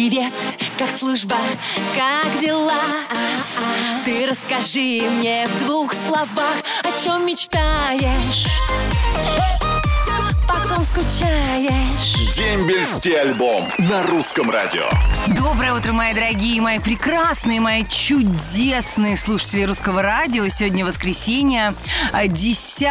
Привет, как служба, как дела? Ты расскажи мне в 2 словах, о чем мечтаешь, по ком скучаешь. Дембельский альбом на русском радио. Доброе утро, мои дорогие, мои прекрасные, мои чудесные слушатели русского радио. Сегодня воскресенье, 10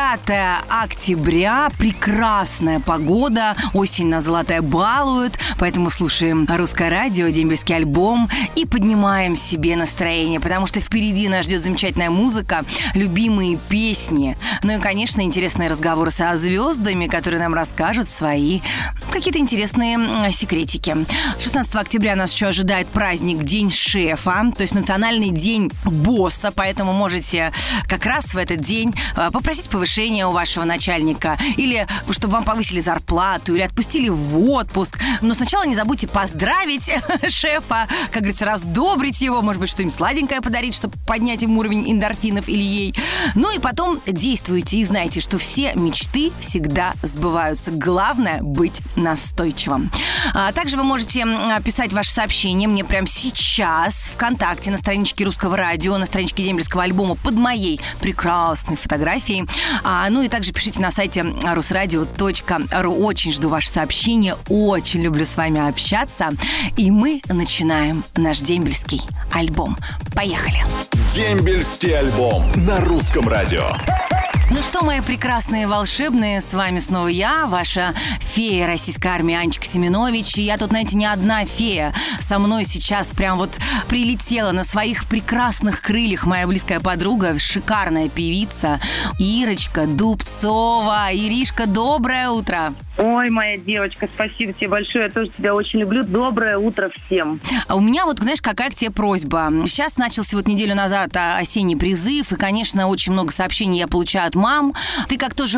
октября. Прекрасная погода, осень нас золотая балует. Поэтому слушаем русское радио, дембельский альбом и поднимаем себе настроение, потому что впереди нас ждет замечательная музыка, любимые песни. Ну и, конечно, интересные разговоры со звездами, которые нам расскажут свои какие-то интересные секретики. 16 октября нас еще ожидает праздник День шефа, то есть национальный день босса, поэтому можете как раз в этот день попросить повышения у вашего начальника, или чтобы вам повысили зарплату, или отпустили в отпуск. Но сначала не забудьте поздравить шефа, как говорится, раздобрить его, может быть, что-нибудь сладенькое подарить, чтобы поднять ему уровень эндорфинов или ей. Ну и потом действуйте и знайте, что все мечты всегда сбываются. Главное — быть настойчивым. Также вы можете писать ваши сообщения мне прямо сейчас ВКонтакте на страничке Русского радио, на страничке дембельского альбома под моей прекрасной фотографией. Ну и также пишите на сайте rusradio.ru. Очень жду ваши сообщения, очень люблю с вами общаться. И мы начинаем наш дембельский альбом. Поехали! Дембельский альбом на русском радио. Ну что, мои прекрасные, волшебные, с вами снова я, ваша фея российской армии Анечка Семенович. И я тут, знаете, не одна фея. Со мной сейчас прям вот прилетела на своих прекрасных крыльях моя близкая подруга, шикарная певица Ирочка Дубцова. Иришка, доброе утро! Ой, моя девочка, спасибо тебе большое. Я тоже тебя очень люблю. Доброе утро всем. А у меня вот, знаешь, какая к тебе просьба. Сейчас начался вот неделю назад осенний призыв, и, конечно, очень много сообщений я получаю от мам. Ты как тоже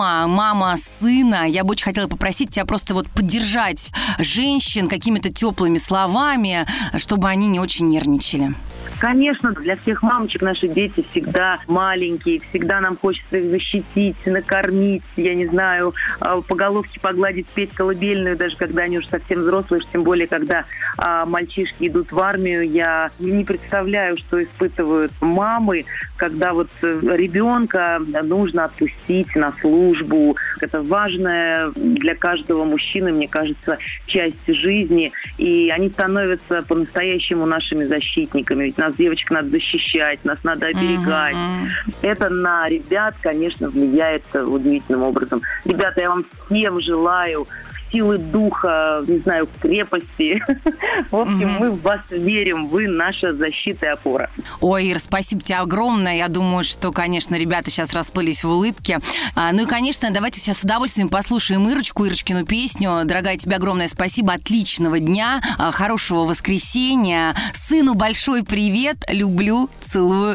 мама сына. Я бы очень хотела попросить тебя просто вот поддержать женщин какими-то теплыми словами, чтобы они не очень нервничали. Конечно, для всех мамочек наши дети всегда маленькие, всегда нам хочется их защитить, накормить, я не знаю, по головке погладить, спеть колыбельную, даже когда они уже совсем взрослые, тем более, когда мальчишки идут в армию. Я не представляю, что испытывают мамы, когда вот ребенка нужно отпустить на службу. Это важная для каждого мужчины, мне кажется, часть жизни, и они становятся по-настоящему нашими защитниками. Ведь нас, девочек, надо защищать, нас надо оберегать. Это на ребят, конечно, влияет удивительным образом. Ребята, я вам всем желаю силы духа, не знаю, крепости. В общем, мы в вас верим, вы наша защита и опора. Ой, Ир, спасибо тебе огромное. Я думаю, что, конечно, ребята сейчас расплылись в улыбке. Ну и, конечно, давайте сейчас с удовольствием послушаем Ирочкину песню. Дорогая, тебе огромное спасибо, отличного дня, хорошего воскресенья. Сыну большой привет, люблю, целую.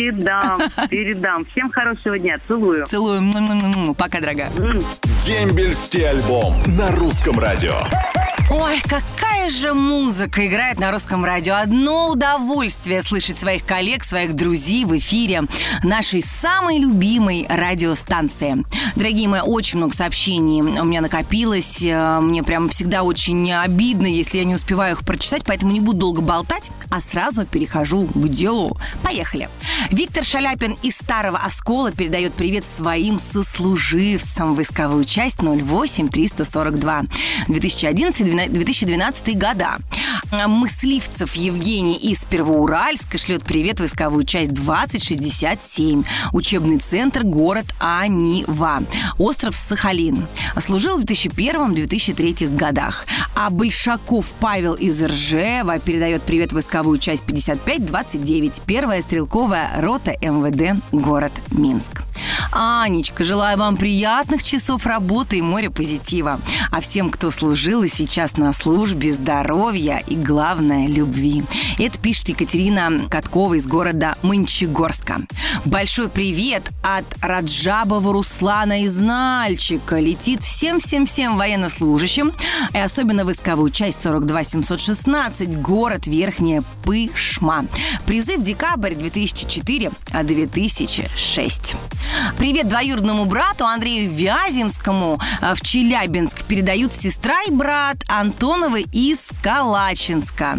Передам. Всем хорошего дня, целую. Целую. Пока, дорогая. Дембельский альбом на русском радио. Ой, какая же музыка играет на русском радио. Одно удовольствие слышать своих коллег, своих друзей в эфире нашей самой любимой радиостанции. Дорогие мои, очень много сообщений у меня накопилось. Мне прям всегда очень обидно, если я не успеваю их прочитать, поэтому не буду долго болтать, а сразу перехожу к делу. Поехали. Виктор Шаляпин из Старого Оскола передает привет своим сослуживцам. Войсковую часть 08-342. 2011-2012 года. Мысливцев Евгений из Первоуральска шлет привет войсковую часть 2067. Учебный центр, город Анива. Остров Сахалин. Служил в 2001-2003 годах. А Большаков Павел из Ржева передает привет войсковую часть 5529. Первая стрелковая рота МВД, город Минск. Анечка, желаю вам приятных часов работы и моря позитива. А всем, кто служил и сейчас на службе, здоровья и, главное, любви. Это пишет Екатерина Каткова из города Мончегорска. Большой привет от Раджабова Руслана из Нальчика. Летит всем-всем-всем военнослужащим, и особенно войсковую часть 42716, город Верхняя Пышма. Призыв декабрь 2004-2006. Привет двоюродному брату Андрею Вяземскому в Челябинск передают сестра и брат Антоновы из Калачинска.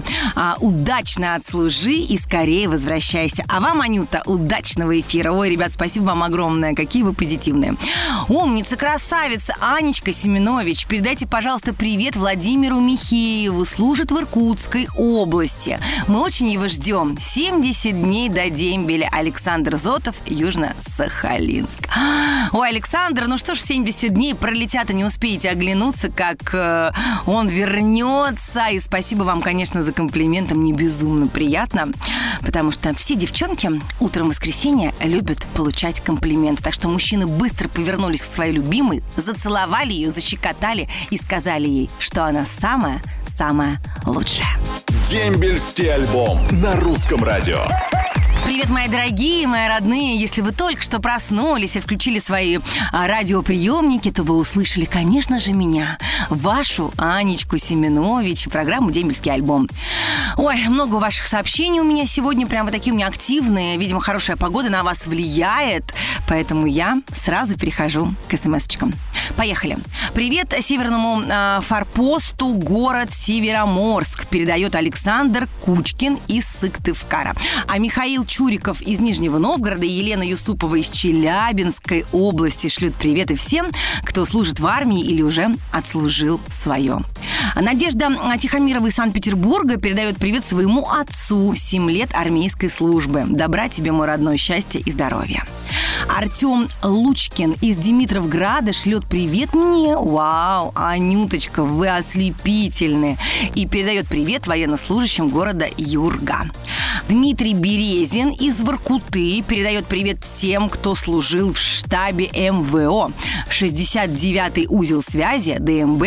Удачно отслужи и скорее возвращайся. А вам, Анюта, удачного эфира. Ой, ребят, спасибо вам огромное. Какие вы позитивные. Умница, красавица Анечка Семенович. Передайте, пожалуйста, привет Владимиру Михееву. Служит в Иркутской области. Мы очень его ждем. 70 дней до дембеля. Александр Зотов, Южно-Сахалинск. Ой, Александр, ну что ж, 70 дней пролетят, и не успеете оглянуться, как он вернется. И спасибо вам, конечно, за комплименты. Мне безумно приятно, потому что все девчонки утром воскресенья любят получать комплименты. Так что мужчины быстро повернулись к своей любимой, зацеловали ее, защекотали и сказали ей, что она самая-самая лучшая. Дембельский альбом на Русском радио. Привет, мои дорогие, мои родные. Если вы только что проснулись и включили свои радиоприемники, то вы услышали, конечно же, меня, вашу Анечку Семенович, программу «Дембельский альбом». Ой, много ваших сообщений у меня сегодня, прям вот такие у меня активные. Видимо, хорошая погода на вас влияет, поэтому я сразу перехожу к смс-очкам. Поехали. Привет северному форпосту, город Североморск. Передает Александр Кучкин из Сыктывкара. А Михаил Чуриков из Нижнего Новгорода и Елена Юсупова из Челябинской области шлют приветы всем, кто служит в армии или уже отслужил свое. Надежда Тихомирова из Санкт-Петербурга передает привет своему отцу. 7 лет армейской службы. Добра тебе, мой родной, счастья и здоровья. Артем Лучкин из Димитровграда шлет привет мне. Вау, Анюточка, вы ослепительны. И передает привет военнослужащим города Юрга. Дмитрий Березин из Воркуты передает привет тем, кто служил в штабе МВО. 69-й узел связи ДМБ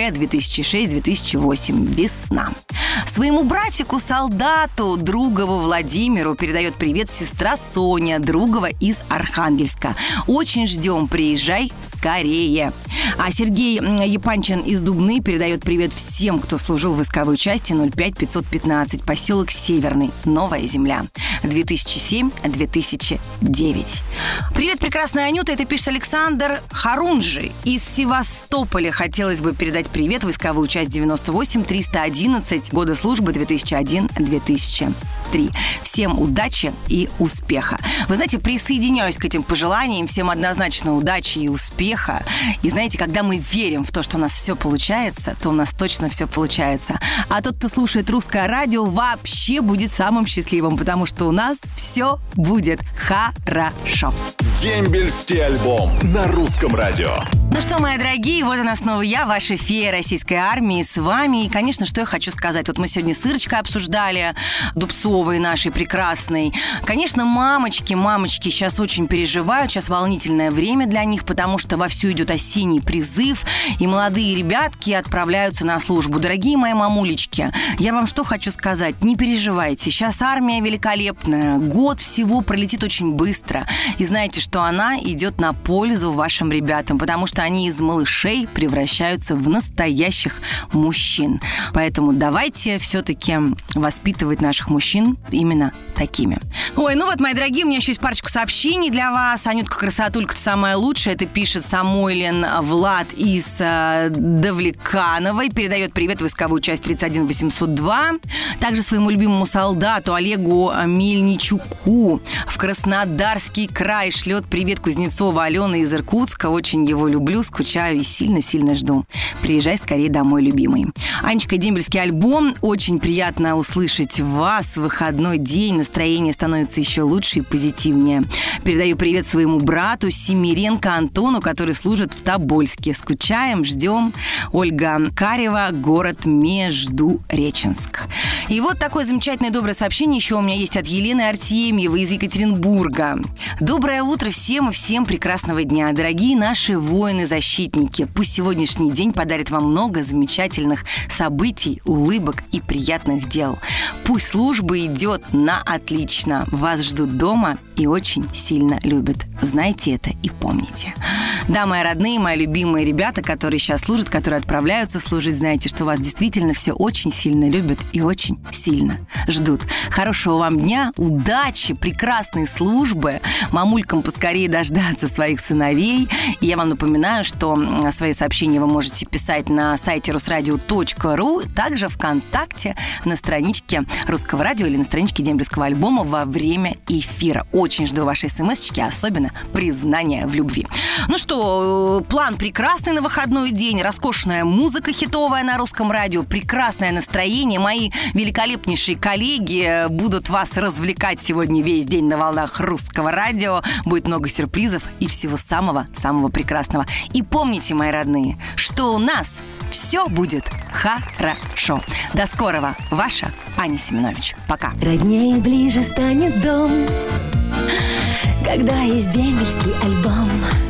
2006-2008. Весна. Своему братику-солдату Другову Владимиру передает привет сестра Соня Другова из Архангельска. Очень ждем, приезжай скорее. А Сергей Епанчин из Дубны передает привет всем, кто служил в войсковой части 05515, поселок Северный, Новая Земля, 2007-2009. Привет, прекрасная Анюта, это пишет Александр Харунжи из Севастополя. Хотелось бы передать привет в войсковую часть 98-311, года службы 2001-2003. Всем удачи и успеха. Вы знаете, присоединяюсь к этим пожеланиям. Всем однозначно удачи и успеха. И знаете, когда мы верим в то, что у нас все получается, то у нас точно все получается. А тот, кто слушает Русское радио, вообще будет самым счастливым, потому что у нас все будет хорошо. Дембельский альбом на Русском радио. Ну что, мои дорогие, вот она снова я, ваша фея российской армии, с вами. И, конечно, что я хочу сказать. Вот мы сегодня с Ирочкой обсуждали, Дубцовой нашей прекрасной. Конечно, мамочки сейчас очень переживают. Сейчас волнительное время для них, потому что вовсю идет осенний призыв, и молодые ребятки отправляются на службу. Дорогие мои мамулечки, я вам что хочу сказать. Не переживайте. Сейчас армия великолепная. Год всего пролетит очень быстро. И знаете, что она идет на пользу вашим ребятам, потому что они из малышей превращаются в настоящих мужчин. Поэтому давайте все-таки воспитывать наших мужчин именно такими. Ой, ну вот, мои дорогие, у меня еще есть парочку сообщений для вас. Анютка, красотулька, самая лучшая. Это пишет Самойлин Влад из Давлекановой. Передает привет в войсковую часть 31802. Также своему любимому солдату Олегу Мельничуку в Краснодарский край шлет привет Кузнецова Алена из Иркутска. Очень его люблю, скучаю и сильно-сильно жду. Приезжай скорее домой, любимый. Анечка, дембельский альбом. Очень приятно услышать вас в выходной день. Настроение становится еще лучше и позитивнее. Передаю привет своему брату Семиренко Антону, который служит в Тобольске. Скучаем, ждем. Ольга Карева, город Междуреченск. И вот такое замечательное доброе сообщение еще у меня есть от Елены Артемьевой из Екатеринбурга. Доброе утро всем и всем прекрасного дня. Дорогие наши воины-защитники, пусть сегодняшний день подарит вам много замечательных событий, улыбок и приятных дел. Пусть служба идет на отлично. Вас ждут дома и очень сильно любят. Знайте это и помните. Да, мои родные, мои любимые ребята, которые сейчас служат, которые отправляются служить, знаете, что вас действительно все очень сильно любят и очень сильно ждут. Хорошего вам дня, удачи, прекрасной службы. мамулькам поскорее дождаться своих сыновей. И я вам напоминаю, что свои сообщения вы можете писать на сайте rusradio.ru, также ВКонтакте, на страничке Русского радио или на страничке Дембельского альбома во время эфира. Очень жду ваши смс-очки, особенно признания в любви. Ну что, план прекрасный на выходной день, роскошная музыка хитовая на Русском радио, прекрасное настроение. Мои великолепнейшие коллеги будут вас развлекать сегодня весь день на волнах Русского радио. Будет много сюрпризов и всего самого-самого прекрасного. И помните, мои родные, что у нас все будет хорошо. До скорого. Ваша Аня Семенович. Пока. Роднее ближе станет дом, когда есть дембельский альбом.